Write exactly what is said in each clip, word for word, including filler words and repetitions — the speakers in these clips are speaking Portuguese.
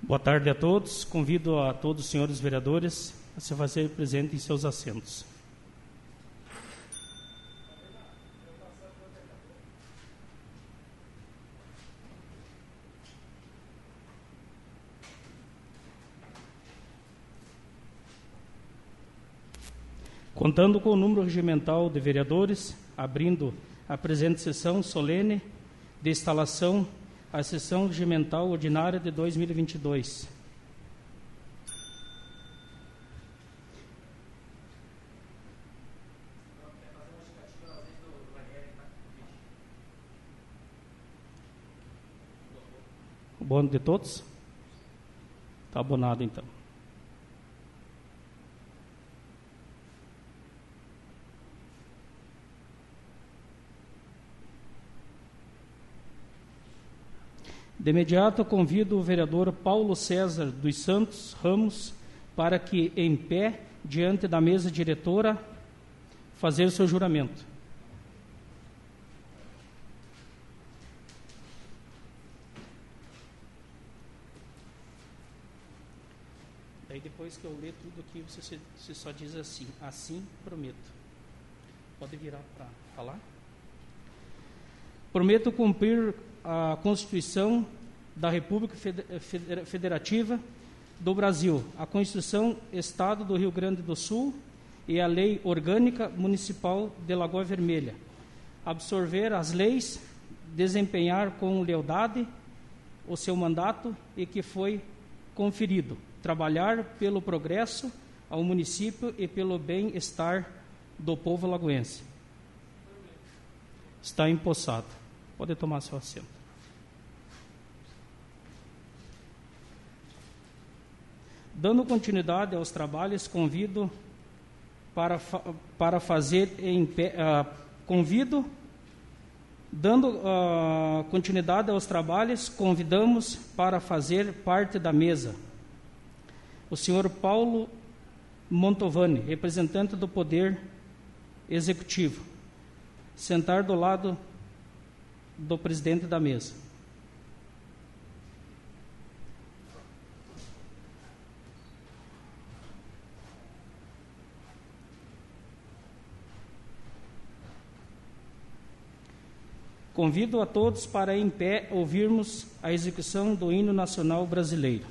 Boa tarde a todos. Convido a todos os senhores vereadores a se fazer presente em seus assentos. Contando com o número regimental de vereadores, abrindo a presente sessão solene de instalação à sessão regimental ordinária de dois mil e vinte e dois. O bono de todos? Está abonado, então. De imediato, convido o vereador Paulo César dos Santos Ramos para que, em pé, diante da mesa diretora, fazer o seu juramento. Daí, depois que eu ler tudo aqui, você, você só diz assim: assim prometo. Pode virar para falar? Prometo cumprir a Constituição da República Federativa do Brasil, a Constituição Estado do Rio Grande do Sul e a Lei Orgânica Municipal de Lagoa Vermelha, absorver as leis, desempenhar com lealdade o seu mandato e que foi conferido, trabalhar pelo progresso ao município e pelo bem-estar do povo lagoense. Está empossado. Pode tomar seu assento. Dando continuidade aos trabalhos, convido para, fa para fazer em pé, uh, convido, dando uh, continuidade aos trabalhos, convidamos para fazer parte da mesa o senhor Paulo Montovani, representante do Poder Executivo, sentar do lado do presidente da mesa. Convido a todos para, em pé, ouvirmos a execução do hino nacional brasileiro.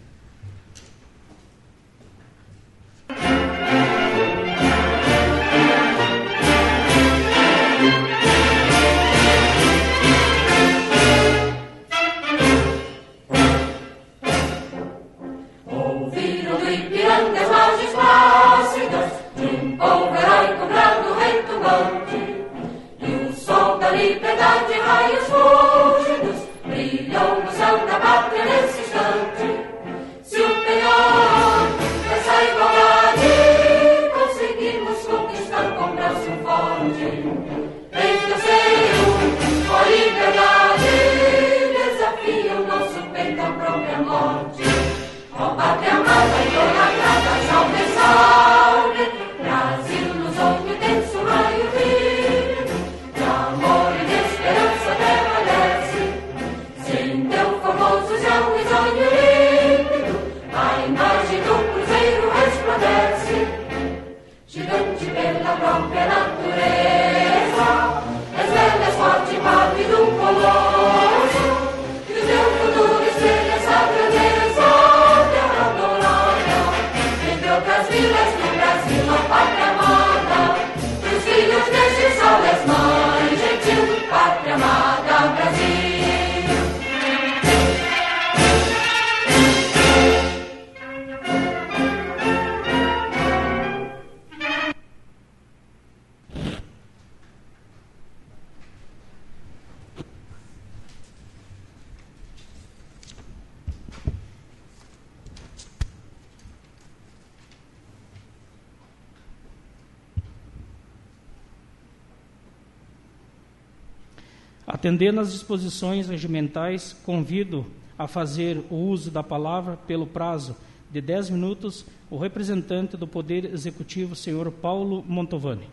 Atendendo às disposições regimentais, convido a fazer o uso da palavra pelo prazo de dez minutos o representante do Poder Executivo, senhor Paulo Montovani.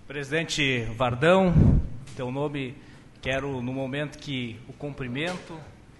Presidente Vardão, teu nome, quero, no momento que o cumprimento,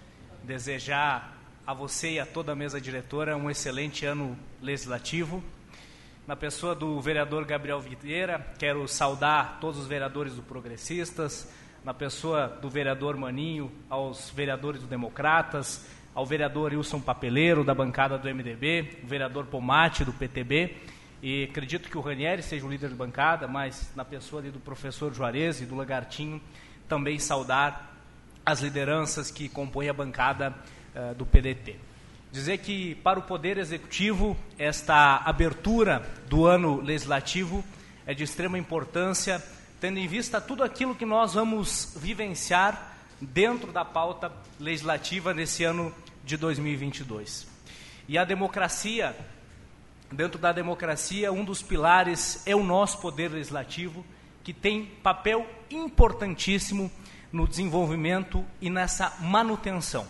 desejar a você e a toda a mesa diretora um excelente ano legislativo. Na pessoa do vereador Gabriel Vieira, quero saudar todos os vereadores do Progressistas, na pessoa do vereador Maninho, aos vereadores do Democratas, ao vereador Wilson Papeleiro, da bancada do M D B, o vereador Pomate, do P T B, e acredito que o Ranieri seja o líder de bancada, mas na pessoa ali do professor Juarez e do Lagartinho, também saudar as lideranças que compõem a bancada uh, do P D T. Dizer que, para o Poder Executivo, esta abertura do ano legislativo é de extrema importância, tendo em vista tudo aquilo que nós vamos vivenciar dentro da pauta legislativa nesse ano de dois mil e vinte e dois. E a democracia, dentro da democracia, um dos pilares é o nosso Poder Legislativo, que tem papel importantíssimo no desenvolvimento e nessa manutenção.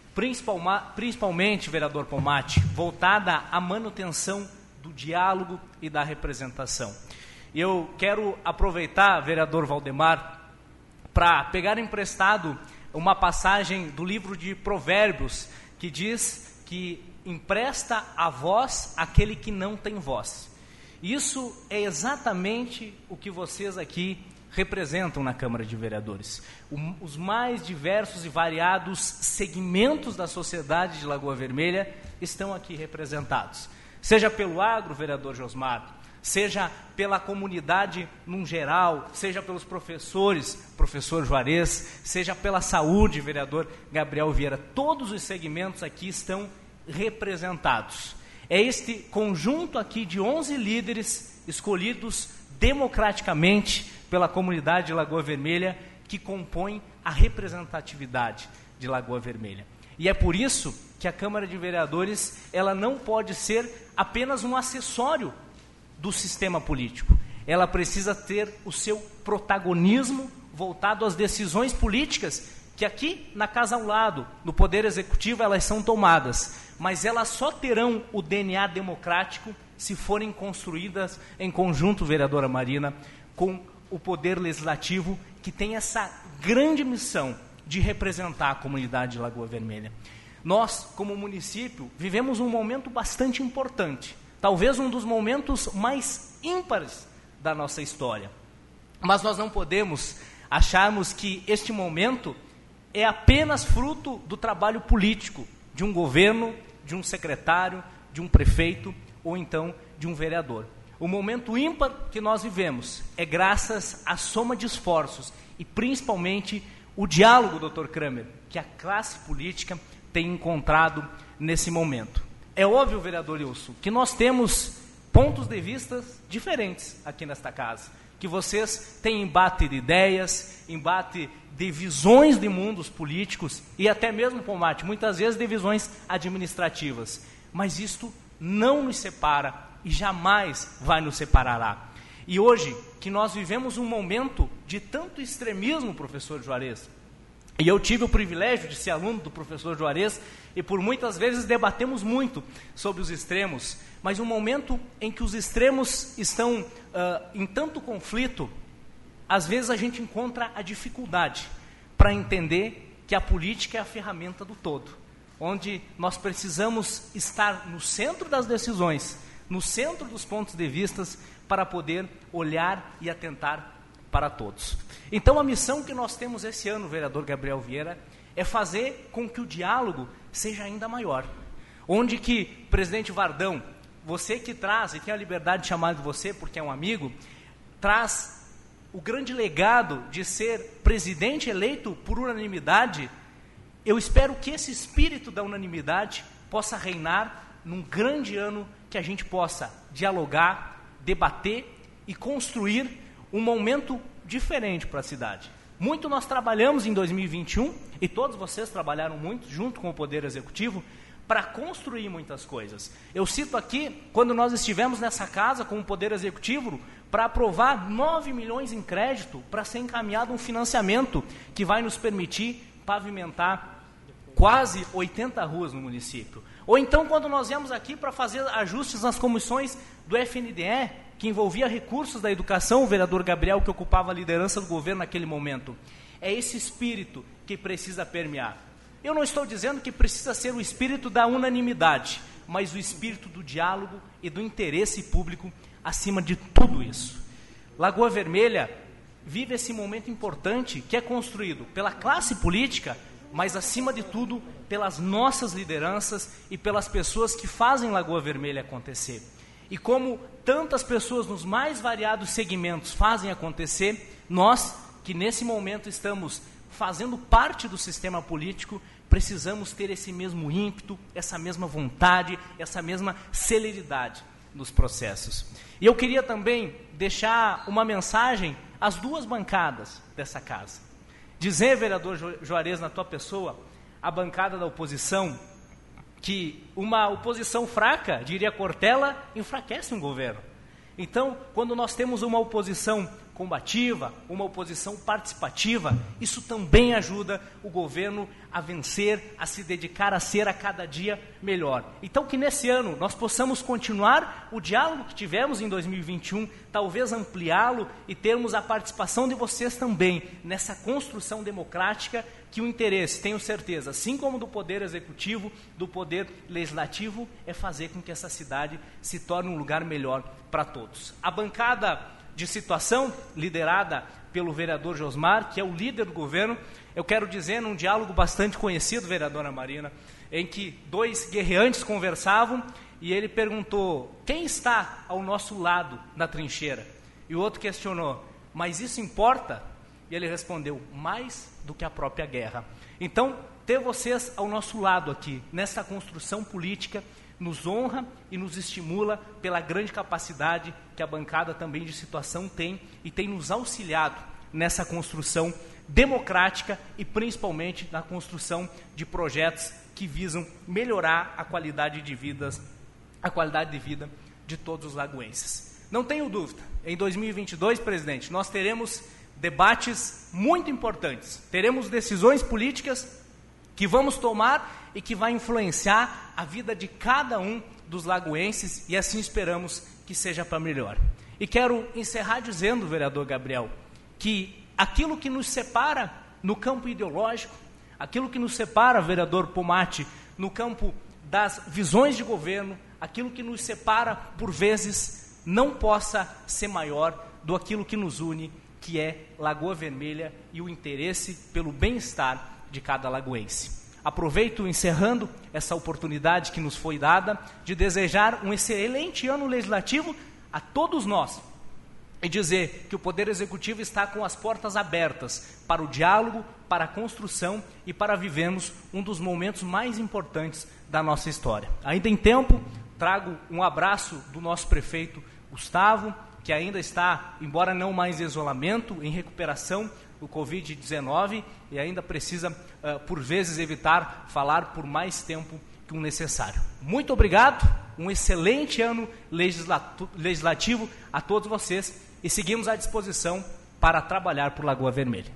Principalmente, vereador Pomate, voltada à manutenção do diálogo e da representação. Eu quero aproveitar, vereador Valdemar, para pegar emprestado uma passagem do livro de Provérbios, que diz que empresta a voz aquele que não tem voz. Isso é exatamente o que vocês aqui representam na Câmara de Vereadores. O, os mais diversos e variados segmentos da sociedade de Lagoa Vermelha estão aqui representados. Seja pelo agro, vereador Josmar, seja pela comunidade num geral, seja pelos professores, professor Juarez, seja pela saúde, vereador Gabriel Vieira. Todos os segmentos aqui estão representados. É este conjunto aqui de onze líderes escolhidos democraticamente pela comunidade de Lagoa Vermelha que compõe a representatividade de Lagoa Vermelha. E é por isso que a Câmara de Vereadores ela não pode ser apenas um acessório do sistema político. Ela precisa ter o seu protagonismo voltado às decisões políticas que aqui na casa ao lado, no Poder Executivo, elas são tomadas, mas elas só terão o D N A democrático se forem construídas em conjunto, vereadora Marina, com o Poder Legislativo, que tem essa grande missão de representar a comunidade de Lagoa Vermelha. Nós, como município, vivemos um momento bastante importante, talvez um dos momentos mais ímpares da nossa história. Mas nós não podemos acharmos que este momento é apenas fruto do trabalho político de um governo, de um secretário, de um prefeito ou então de um vereador. O momento ímpar que nós vivemos é graças à soma de esforços e principalmente o diálogo, doutor Kramer, que a classe política tem encontrado nesse momento. É óbvio, vereador Wilson, que nós temos pontos de vista diferentes aqui nesta casa, que vocês têm embate de ideias, embate de visões de mundos políticos e até mesmo, Pomate, muitas vezes de visões administrativas, mas isto não nos separa e jamais vai nos separará. E hoje, que nós vivemos um momento de tanto extremismo, professor Juarez, e eu tive o privilégio de ser aluno do professor Juarez, e por muitas vezes debatemos muito sobre os extremos, mas um momento em que os extremos estão uh, em tanto conflito, às vezes a gente encontra a dificuldade para entender que a política é a ferramenta do todo, onde nós precisamos estar no centro das decisões, no centro dos pontos de vista, para poder olhar e atentar para todos. Então a missão que nós temos esse ano, vereador Gabriel Vieira, é fazer com que o diálogo seja ainda maior. Onde que, presidente Vardão, você que traz, e tem a liberdade de chamar de você porque é um amigo, traz o grande legado de ser presidente eleito por unanimidade. Eu espero que esse espírito da unanimidade possa reinar num grande ano, que a gente possa dialogar, debater e construir um momento diferente para a cidade. Muito nós trabalhamos em dois mil e vinte e um, e todos vocês trabalharam muito, junto com o Poder Executivo, para construir muitas coisas. Eu cito aqui, quando nós estivemos nessa casa com o Poder Executivo, para aprovar nove milhões em crédito, para ser encaminhado um financiamento que vai nos permitir pavimentar quase oitenta ruas no município. Ou então, quando nós viemos aqui para fazer ajustes nas comissões do F N D E, que envolvia recursos da educação, o vereador Gabriel, que ocupava a liderança do governo naquele momento. É esse espírito que precisa permear. Eu não estou dizendo que precisa ser o espírito da unanimidade, mas o espírito do diálogo e do interesse público acima de tudo isso. Lagoa Vermelha vive esse momento importante que é construído pela classe política, mas acima de tudo pelas nossas lideranças e pelas pessoas que fazem Lagoa Vermelha acontecer. E como tantas pessoas nos mais variados segmentos fazem acontecer, nós que nesse momento estamos fazendo parte do sistema político, precisamos ter esse mesmo ímpeto, essa mesma vontade, essa mesma celeridade nos processos. E eu queria também deixar uma mensagem às duas bancadas dessa casa. Dizer, vereador Juarez, na tua pessoa, a bancada da oposição, que uma oposição fraca, diria Cortella, enfraquece um governo. Então, quando nós temos uma oposição combativa, uma oposição participativa, isso também ajuda o governo a vencer, a se dedicar a ser a cada dia melhor. Então que nesse ano nós possamos continuar o diálogo que tivemos em dois mil e vinte e um, talvez ampliá-lo e termos a participação de vocês também nessa construção democrática que o interesse, tenho certeza, assim como do Poder Executivo, do Poder Legislativo, é fazer com que essa cidade se torne um lugar melhor para todos. A bancada de situação, liderada pelo vereador Josmar, que é o líder do governo, eu quero dizer, num diálogo bastante conhecido, vereadora Marina, em que dois guerreantes conversavam e ele perguntou, quem está ao nosso lado na trincheira? E o outro questionou, mas isso importa? E ele respondeu, mais do que a própria guerra. Então, ter vocês ao nosso lado aqui, nessa construção política, nos honra e nos estimula pela grande capacidade que a bancada também de situação tem e tem nos auxiliado nessa construção democrática e principalmente na construção de projetos que visam melhorar a qualidade de vida, a qualidade de vida de todos os lagoenses. Não tenho dúvida, em dois mil e vinte e dois, presidente, nós teremos debates muito importantes, teremos decisões políticas que vamos tomar e que vai influenciar a vida de cada um dos lagoenses e assim esperamos que seja para melhor. E quero encerrar dizendo, vereador Gabriel, que aquilo que nos separa no campo ideológico, aquilo que nos separa, vereador Pomati, no campo das visões de governo, aquilo que nos separa, por vezes, não possa ser maior do aquilo que nos une, que é Lagoa Vermelha e o interesse pelo bem-estar de cada lagoense. Aproveito, encerrando essa oportunidade que nos foi dada, de desejar um excelente ano legislativo a todos nós e dizer que o Poder Executivo está com as portas abertas para o diálogo, para a construção e para vivermos um dos momentos mais importantes da nossa história. Ainda em tempo, trago um abraço do nosso prefeito Gustavo, que ainda está, embora não mais em isolamento, em recuperação do covid dezenove e ainda precisa, uh, por vezes, evitar falar por mais tempo que o necessário. Muito obrigado, um excelente ano legislativo a todos vocês e seguimos à disposição para trabalhar por Lagoa Vermelha.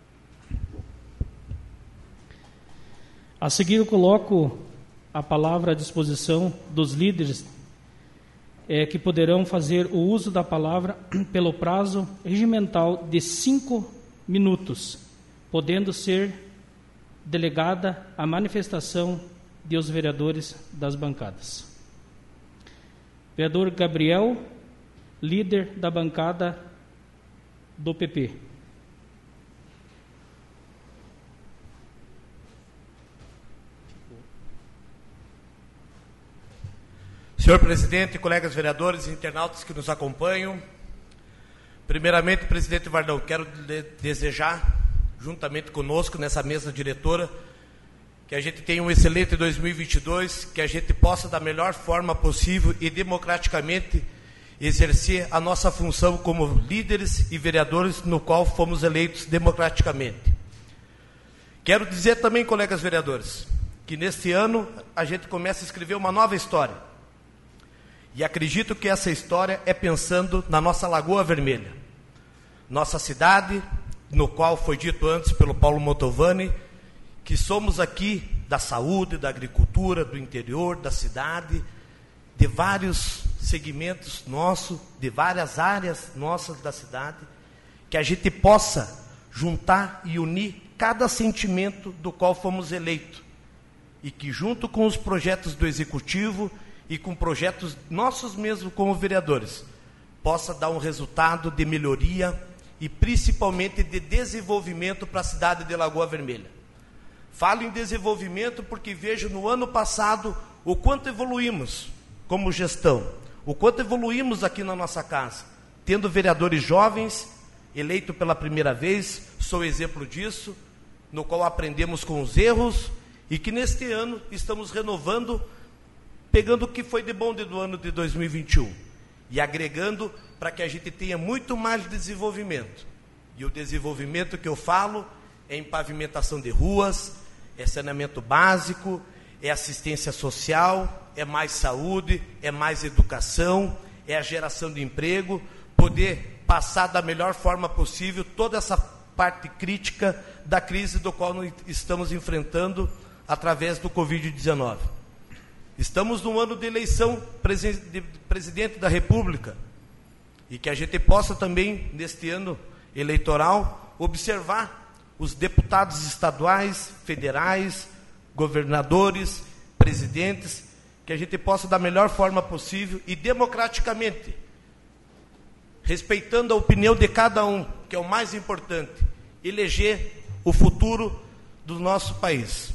A seguir eu coloco a palavra à disposição dos líderes é, que poderão fazer o uso da palavra pelo prazo regimental de cinco minutos, podendo ser delegada a manifestação de os vereadores das bancadas. Vereador Gabriel, líder da bancada do P P. Senhor presidente, colegas vereadores e internautas que nos acompanham, primeiramente, presidente Vardão, quero desejar, juntamente conosco, nessa mesa diretora, que a gente tenha um excelente dois mil e vinte e dois, que a gente possa, da melhor forma possível e democraticamente, exercer a nossa função como líderes e vereadores, no qual fomos eleitos democraticamente. Quero dizer também, colegas vereadores, que neste ano a gente começa a escrever uma nova história. E acredito que essa história é pensando na nossa Lagoa Vermelha, nossa cidade, no qual foi dito antes pelo Paulo Motovani, que somos aqui da saúde, da agricultura, do interior, da cidade, de vários segmentos nossos, de várias áreas nossas da cidade, que a gente possa juntar e unir cada sentimento do qual fomos eleitos, e que junto com os projetos do Executivo e com projetos nossos mesmos como vereadores, possa dar um resultado de melhoria e principalmente de desenvolvimento para a cidade de Lagoa Vermelha. Falo em desenvolvimento porque vejo no ano passado o quanto evoluímos como gestão, o quanto evoluímos aqui na nossa casa, tendo vereadores jovens, eleito pela primeira vez, sou exemplo disso, no qual aprendemos com os erros, e que neste ano estamos renovando, pegando o que foi de bom do ano de dois mil e vinte e um, e agregando para que a gente tenha muito mais desenvolvimento. E o desenvolvimento que eu falo é em pavimentação de ruas, é saneamento básico, é assistência social, é mais saúde, é mais educação, é a geração de emprego, poder passar da melhor forma possível toda essa parte crítica da crise do qual nós estamos enfrentando através do covid dezenove. Estamos num ano de eleição de presidente da República, e que a gente possa também, neste ano eleitoral, observar os deputados estaduais, federais, governadores, presidentes, que a gente possa, da melhor forma possível e democraticamente, respeitando a opinião de cada um, que é o mais importante, eleger o futuro do nosso país.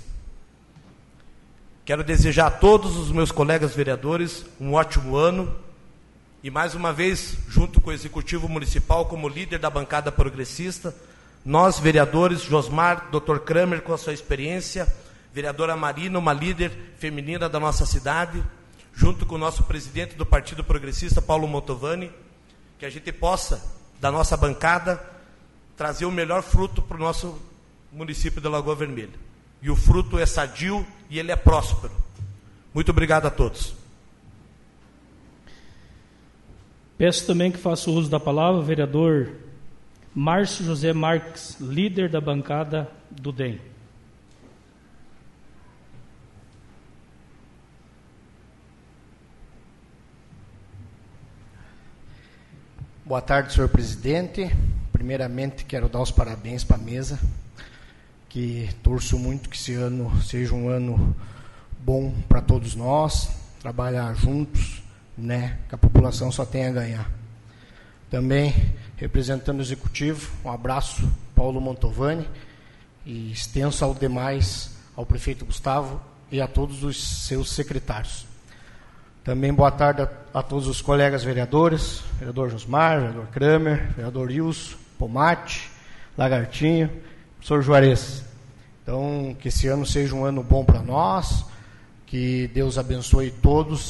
Quero desejar a todos os meus colegas vereadores um ótimo ano e, mais uma vez, junto com o Executivo Municipal, como líder da bancada progressista, nós, vereadores, Josmar, doutor Kramer, com a sua experiência, vereadora Marina, uma líder feminina da nossa cidade, junto com o nosso presidente do Partido Progressista, Paulo Montovani, que a gente possa, da nossa bancada, trazer o melhor fruto para o nosso município de Lagoa Vermelha. E o fruto é sadio e ele é próspero. Muito obrigado a todos. Peço também que faça uso da palavra o vereador Márcio José Marques, líder da bancada do D E M. Boa tarde, senhor presidente. Primeiramente, quero dar os parabéns para a mesa, que torço muito que esse ano seja um ano bom para todos nós, trabalhar juntos, né, que a população só tenha a ganhar. Também, representando o Executivo, um abraço, Paulo Montovani, e extenso ao demais, ao prefeito Gustavo e a todos os seus secretários. Também boa tarde a, a todos os colegas vereadores, vereador Josmar, vereador Kramer, vereador Ilso, Pomate, Lagartinho, professor Juarez. Então, que esse ano seja um ano bom para nós, que Deus abençoe todos,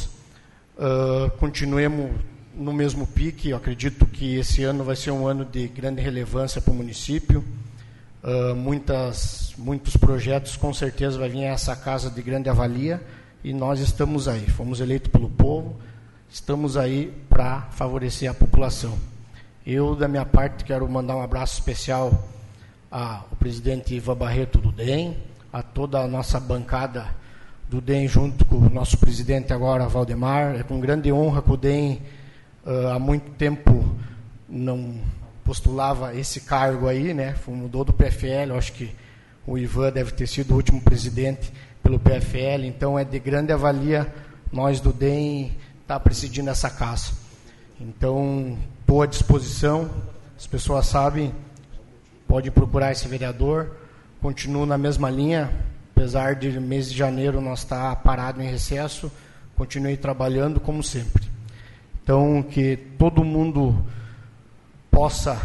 uh, continuemos no mesmo pique. Eu acredito que esse ano vai ser um ano de grande relevância para o município, uh, muitas, muitos projetos com certeza vai vir a essa casa de grande avalia, e nós estamos aí, fomos eleitos pelo povo, estamos aí para favorecer a população. Eu, da minha parte, quero mandar um abraço especial ao presidente Ivan Barreto do D E M, a toda a nossa bancada do D E M, junto com o nosso presidente agora, Valdemar. É com grande honra que o D E M uh, há muito tempo não postulava esse cargo aí, né? Mudou do P F L, eu acho que o Ivan deve ter sido o último presidente pelo P F L, então é de grande avalia nós do D E M estar presidindo essa casa. Então, estou à disposição, as pessoas sabem, pode procurar esse vereador, continuo na mesma linha, apesar de mês de janeiro nós estar parado em recesso, continue trabalhando como sempre. Então, que todo mundo possa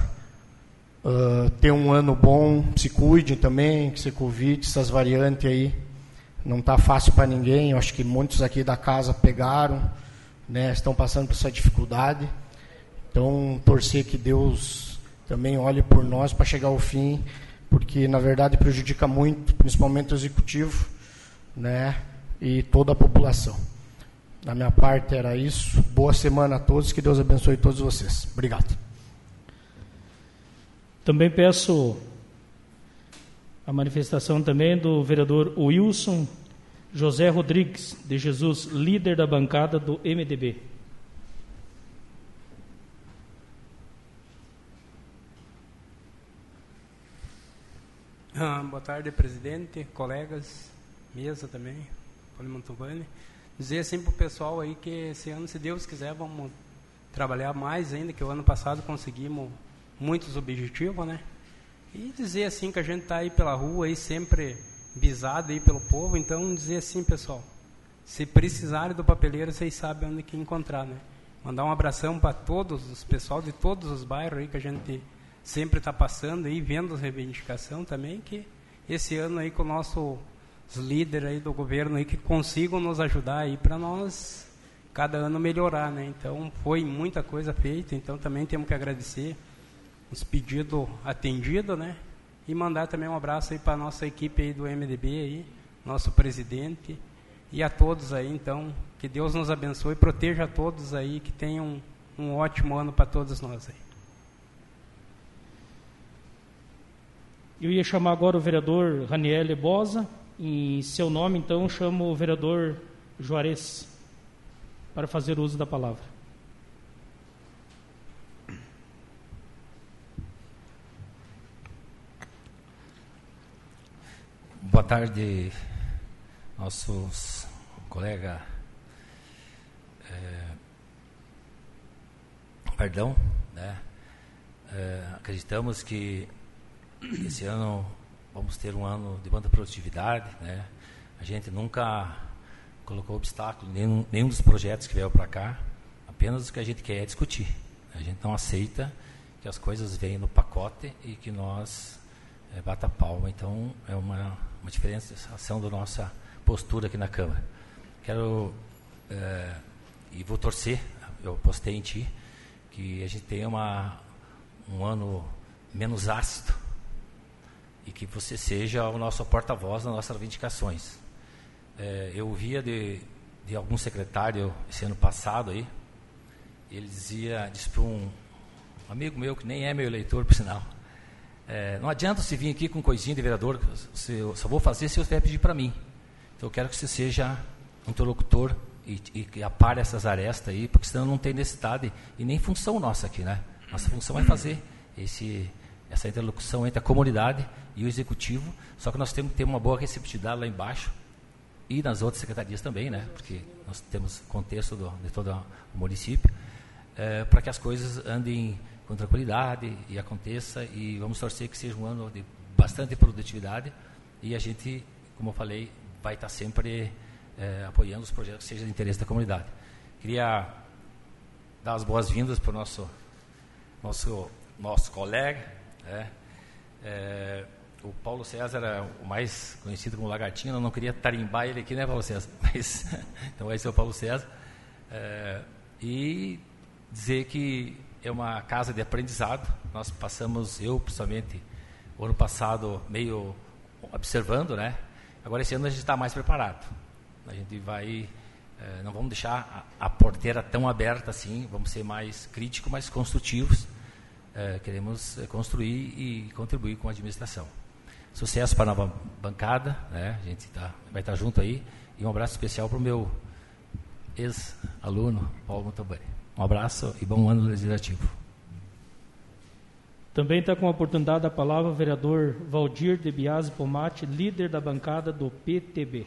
uh, ter um ano bom, se cuide também, que se Covid, essas variantes aí, não está fácil para ninguém. Eu acho que muitos aqui da casa pegaram, né, estão passando por essa dificuldade. Então, torcer que Deus também olhe por nós para chegar ao fim, porque, na verdade, prejudica muito, principalmente o Executivo, né, e toda a população. Da minha parte era isso. Boa semana a todos, que Deus abençoe todos vocês. Obrigado. Também peço a manifestação também do vereador Wilson José Rodrigues de Jesus, líder da bancada do M D B. Ah, boa tarde, presidente, colegas, mesa também, Paulo Mantovani. Dizer assim para o pessoal aí que esse ano, se Deus quiser, vamos trabalhar mais ainda, que o ano passado conseguimos muitos objetivos, né? E dizer assim que a gente está aí pela rua, aí sempre visado aí pelo povo. Então, dizer assim, pessoal, se precisarem do papeleiro, vocês sabem onde que encontrar, né? Mandar um abração para todos, os pessoal de todos os bairros aí que a gente sempre está passando aí, vendo as reivindicações também, que esse ano aí com o nosso os líderes aí do governo aí que consigam nos ajudar aí para nós cada ano melhorar, né? Então foi muita coisa feita, então também temos que agradecer os pedidos atendidos, né? E mandar também um abraço aí para a nossa equipe aí do M D B aí, nosso presidente e a todos aí. Então que Deus nos abençoe e proteja a todos aí, que tenham um, um ótimo ano para todos nós aí. Eu ia chamar agora o vereador Raniel Bosa. Em seu nome, então, chamo o vereador Juarez para fazer uso da palavra. Boa tarde, nossos colegas. É, perdão, né? É, acreditamos que esse ano vamos ter um ano de muita produtividade, né? A gente nunca colocou obstáculo em nenhum, nenhum dos projetos que veio para cá, apenas o que a gente quer é discutir. A gente não aceita que as coisas venham no pacote e que nós é, bata palma. Então, é uma, uma diferenciação da nossa postura aqui na Câmara. Quero, é, e vou torcer, eu postei em ti, que a gente tenha uma, um ano menos ácido, e que você seja o nosso porta-voz nas nossas reivindicações. É, eu ouvia de, de algum secretário esse ano passado aí, ele dizia, disse para um amigo meu, que nem é meu eleitor, por sinal, é, não adianta você vir aqui com coisinha de vereador, eu só vou fazer se você vai pedir para mim. Então eu quero que você seja interlocutor e, e que apare essas arestas aí, porque senão não tem necessidade e nem função nossa aqui, né? Nossa função é fazer esse... essa interlocução entre a comunidade e o executivo, só que nós temos que ter uma boa receptividade lá embaixo e nas outras secretarias também, né? Porque nós temos contexto do, de todo o município, é, para que as coisas andem com tranquilidade e aconteça, e vamos torcer que seja um ano de bastante produtividade e a gente, como eu falei, vai estar sempre é, apoiando os projetos que sejam de interesse da comunidade. Queria dar as boas-vindas para o nosso, nosso, nosso colega, É, é, o Paulo César é o mais conhecido como Lagartinho. Eu não queria tarimbar ele aqui, né, Paulo César? Mas, então esse é o Paulo César. É, e dizer que é uma casa de aprendizado. Nós passamos, eu principalmente, o ano passado meio observando, né? Agora esse ano a gente está mais preparado. A gente vai, é, não vamos deixar a, a porteira tão aberta assim, vamos ser mais críticos, mais construtivos. É, queremos é, construir e contribuir com a administração. Sucesso para a nova bancada, né? A gente tá, vai estar junto aí. E um abraço especial para o meu ex-aluno, Paulo Mantovani. Um abraço e bom ano legislativo. Também está com a oportunidade da palavra o vereador Valdir de Biasi Pomate, líder da bancada do P T B.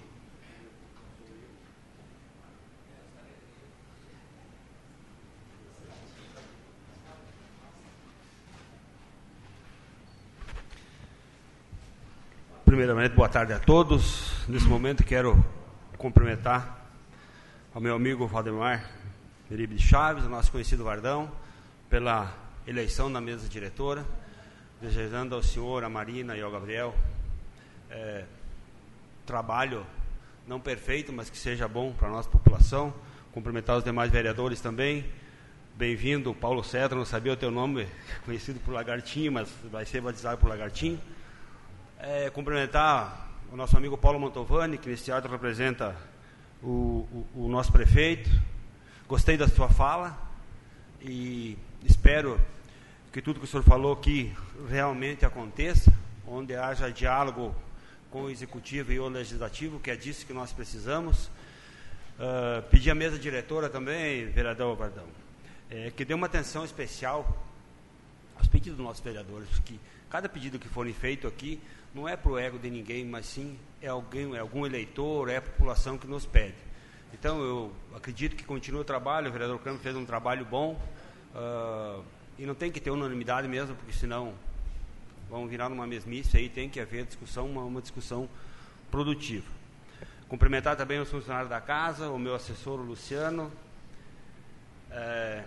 Primeiramente, boa tarde a todos. Nesse momento quero cumprimentar ao meu amigo Valdemar Meribe de Chaves, o nosso conhecido Vardão, pela eleição na mesa diretora, desejando ao senhor, a Marina e ao Gabriel é, trabalho não perfeito, mas que seja bom para a nossa população. Cumprimentar os demais vereadores também. Bem-vindo, Paulo César, não sabia o teu nome, conhecido por Lagartinho, mas vai ser batizado por Lagartinho. É, cumprimentar o nosso amigo Paulo Mantovani, que nesse ato representa o, o, o nosso prefeito. Gostei da sua fala e espero que tudo que o senhor falou aqui realmente aconteça, onde haja diálogo com o executivo e o legislativo, que é disso que nós precisamos. Uh, pedir à mesa diretora também, vereador Vardão, é, que dê uma atenção especial aos pedidos dos nossos vereadores, que Cada pedido que for feito aqui não é para o ego de ninguém, mas sim é alguém, é algum eleitor, é a população que nos pede. Então, eu acredito que continue o trabalho, o vereador Campos fez um trabalho bom, uh, e não tem que ter unanimidade mesmo, porque senão vamos virar numa mesmice aí, tem que haver discussão, uma, uma discussão produtiva. Cumprimentar também os funcionários da casa, o meu assessor, o Luciano. É...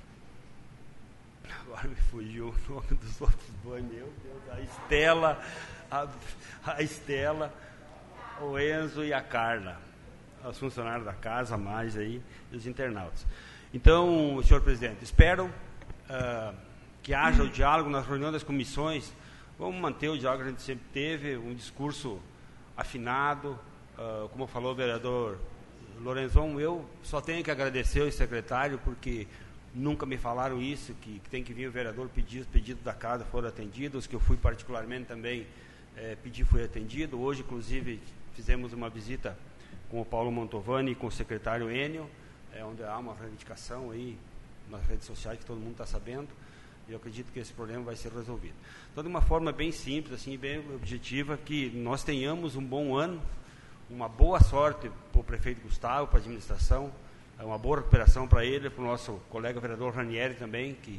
Agora me fugiu o nome dos outros dois, meu Deus, a Estela, a, a Estela, o Enzo e a Carla, os funcionários da casa, mais aí, e os internautas. Então, senhor presidente, espero uh, que haja o diálogo nas reuniões das comissões. Vamos manter o diálogo que a gente sempre teve, um discurso afinado, uh, como falou o vereador Lorenzon, eu só tenho que agradecer ao secretário, porque nunca me falaram isso, que, que tem que vir o vereador pedir, os pedidos da casa foram atendidos, que eu fui particularmente também eh, pedir, fui atendido. Hoje, inclusive, fizemos uma visita com o Paulo Mantovani e com o secretário Enio, é, onde há uma reivindicação aí nas redes sociais que todo mundo está sabendo, e eu acredito que esse problema vai ser resolvido. Então, de uma forma bem simples, assim, bem objetiva, que nós tenhamos um bom ano, uma boa sorte para o prefeito Gustavo, para a administração, uma boa recuperação para ele, para o nosso colega vereador Ranieri também, que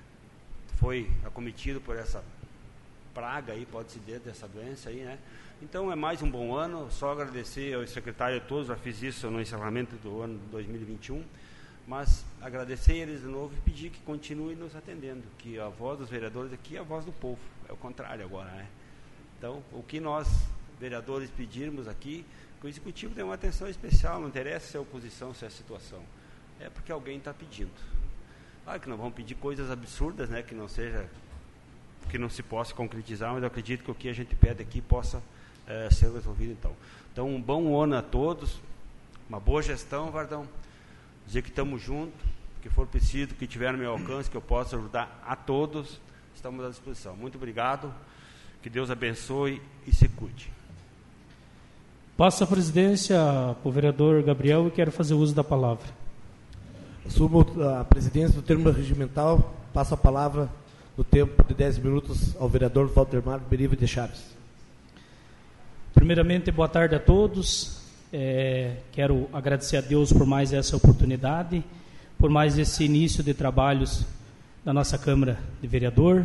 foi acometido por essa praga aí, pode-se dizer, dessa doença aí, né? Então, é mais um bom ano, só agradecer ao secretário todos, já fiz isso no encerramento do ano de dois mil e vinte e um, mas agradecer eles de novo e pedir que continuem nos atendendo, que a voz dos vereadores aqui é a voz do povo, é o contrário agora, né? Então, o que nós, vereadores, pedirmos aqui, que o executivo tem uma atenção especial, não interessa se é oposição, se é situação, é porque alguém está pedindo. Claro que não vão pedir coisas absurdas, né, que não seja, que não se possa concretizar, mas eu acredito que o que a gente pede aqui possa é, ser resolvido então. Então, um bom ano a todos, uma boa gestão, Vardão, dizer que estamos juntos, que for preciso, que tiver no meu alcance, que eu possa ajudar a todos, estamos à disposição. Muito obrigado, que Deus abençoe e se cuide. Passo a presidência para o vereador Gabriel e quero fazer uso da palavra. Assumo a presidência do termo regimental, passo a palavra no tempo de dez minutos ao vereador Valdemar Beriva de Chaves. Primeiramente, boa tarde a todos. É, quero agradecer a Deus por mais essa oportunidade, por mais esse início de trabalhos da nossa Câmara de Vereador,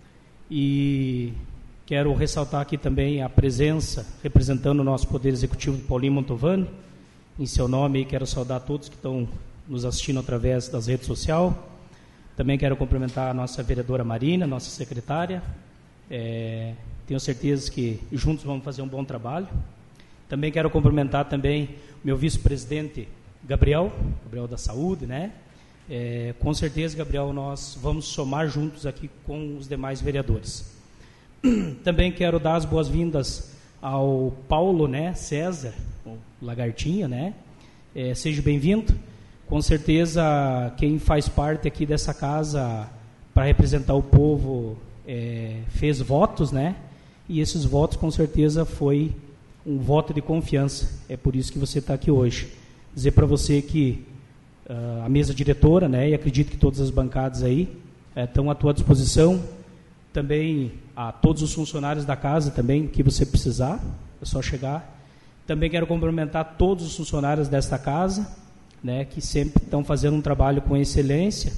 e quero ressaltar aqui também a presença, representando o nosso Poder Executivo, do Paulinho Mantovani. Em seu nome, quero saudar todos que estão nos assistindo através das redes sociais. Também quero cumprimentar a nossa vereadora Marina, nossa secretária. É, tenho certeza que juntos vamos fazer um bom trabalho. Também quero cumprimentar também o meu vice-presidente Gabriel, Gabriel da Saúde, né? É, com certeza, Gabriel, nós vamos somar juntos aqui com os demais vereadores. Também quero dar as boas-vindas ao Paulo, né, César, o Lagartinha, né? É, seja bem-vindo. Com certeza, quem faz parte aqui dessa casa para representar o povo é, fez votos, né? E esses votos, com certeza, foi um voto de confiança. É por isso que você está aqui hoje. Dizer para você que uh, a mesa diretora, né, e acredito que todas as bancadas aí uh, estão à tua disposição. Também a todos os funcionários da casa também, que você precisar, é só chegar. Também quero cumprimentar todos os funcionários desta casa, né, que sempre estão fazendo um trabalho com excelência.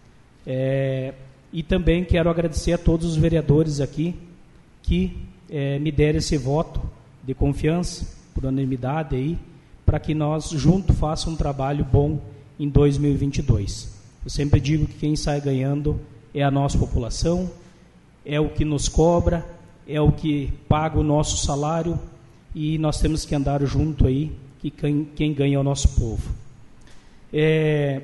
É, e também quero agradecer a todos os vereadores aqui que é, me deram esse voto de confiança, por unanimidade aí, para que nós juntos façamos um trabalho bom em dois mil e vinte e dois. Eu sempre digo que quem sai ganhando é a nossa população, é o que nos cobra, é o que paga o nosso salário, e nós temos que andar junto aí, que quem, quem ganha é o nosso povo. É,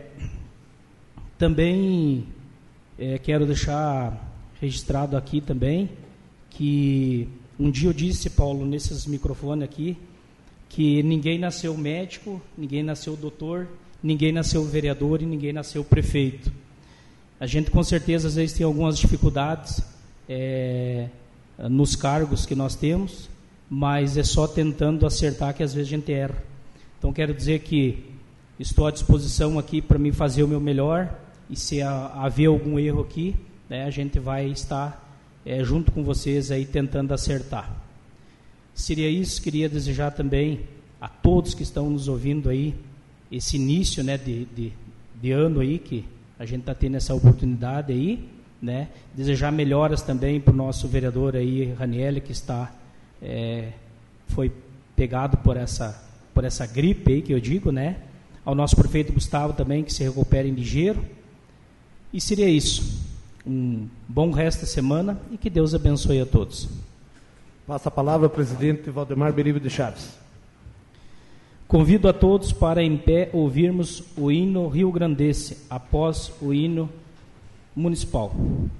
também é, quero deixar registrado aqui também que um dia eu disse, Paulo, nesses microfones aqui, que ninguém nasceu médico, ninguém nasceu doutor, ninguém nasceu vereador e ninguém nasceu prefeito. A gente, com certeza, às vezes tem algumas dificuldades é, nos cargos que nós temos, mas é só tentando acertar que às vezes a gente erra. Então, quero dizer que estou à disposição aqui para mim fazer o meu melhor, e se haver algum erro aqui, né, a gente vai estar é, junto com vocês aí tentando acertar. Seria isso, queria desejar também a todos que estão nos ouvindo aí, esse início, né, de, de, de ano aí, que a gente está tendo essa oportunidade aí, né, desejar melhoras também para o nosso vereador aí, Raniel, que está, é, foi pegado por essa, por essa gripe aí, que eu digo, né, ao nosso prefeito Gustavo também, que se recupere em ligeiro, e seria isso. Um bom resto de semana e que Deus abençoe a todos. Passa a palavra ao presidente Valdemar Beribe de Chaves. Convido a todos para em pé ouvirmos o hino rio-grandense após o hino municipal.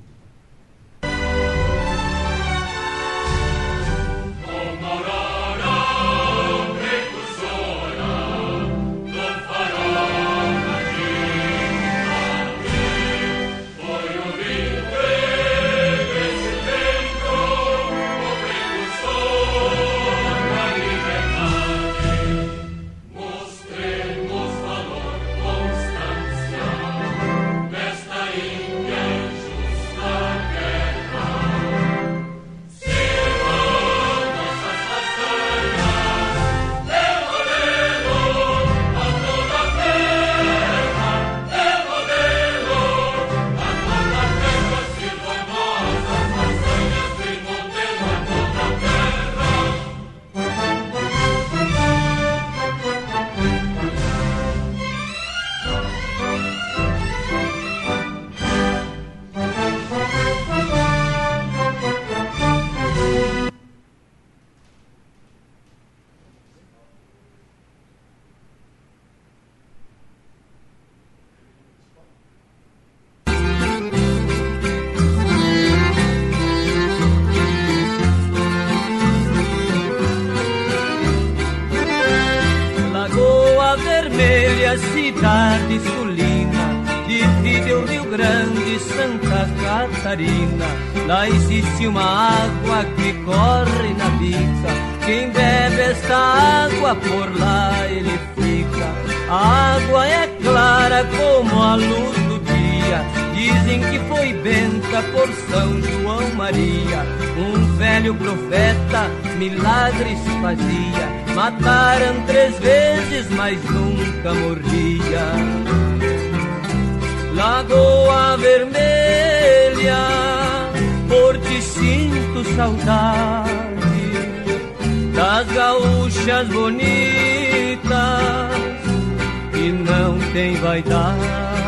Cidade sulina, divide o Rio Grande, Santa Catarina. Lá existe uma água que corre na bica. Quem bebe esta água por lá ele fica. A água é clara como a luz do dia. Dizem que foi benta por São João Maria. Um velho profeta milagres fazia. Mataram três vezes, mas nunca morria. Lagoa Vermelha, por ti sinto saudade das gaúchas bonitas que não tem vaidade.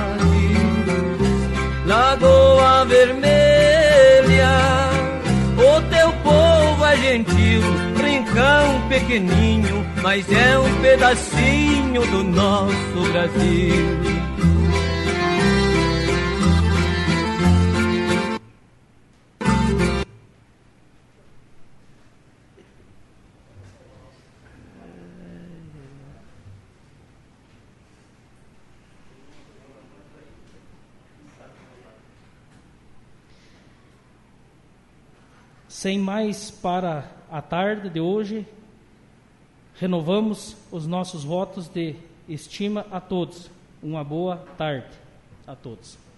Lagoa Vermelha, o teu povo é gentil, rincão pequeninho, mas é um pedacinho do nosso Brasil. Sem mais para a tarde de hoje, renovamos os nossos votos de estima a todos. Uma boa tarde a todos.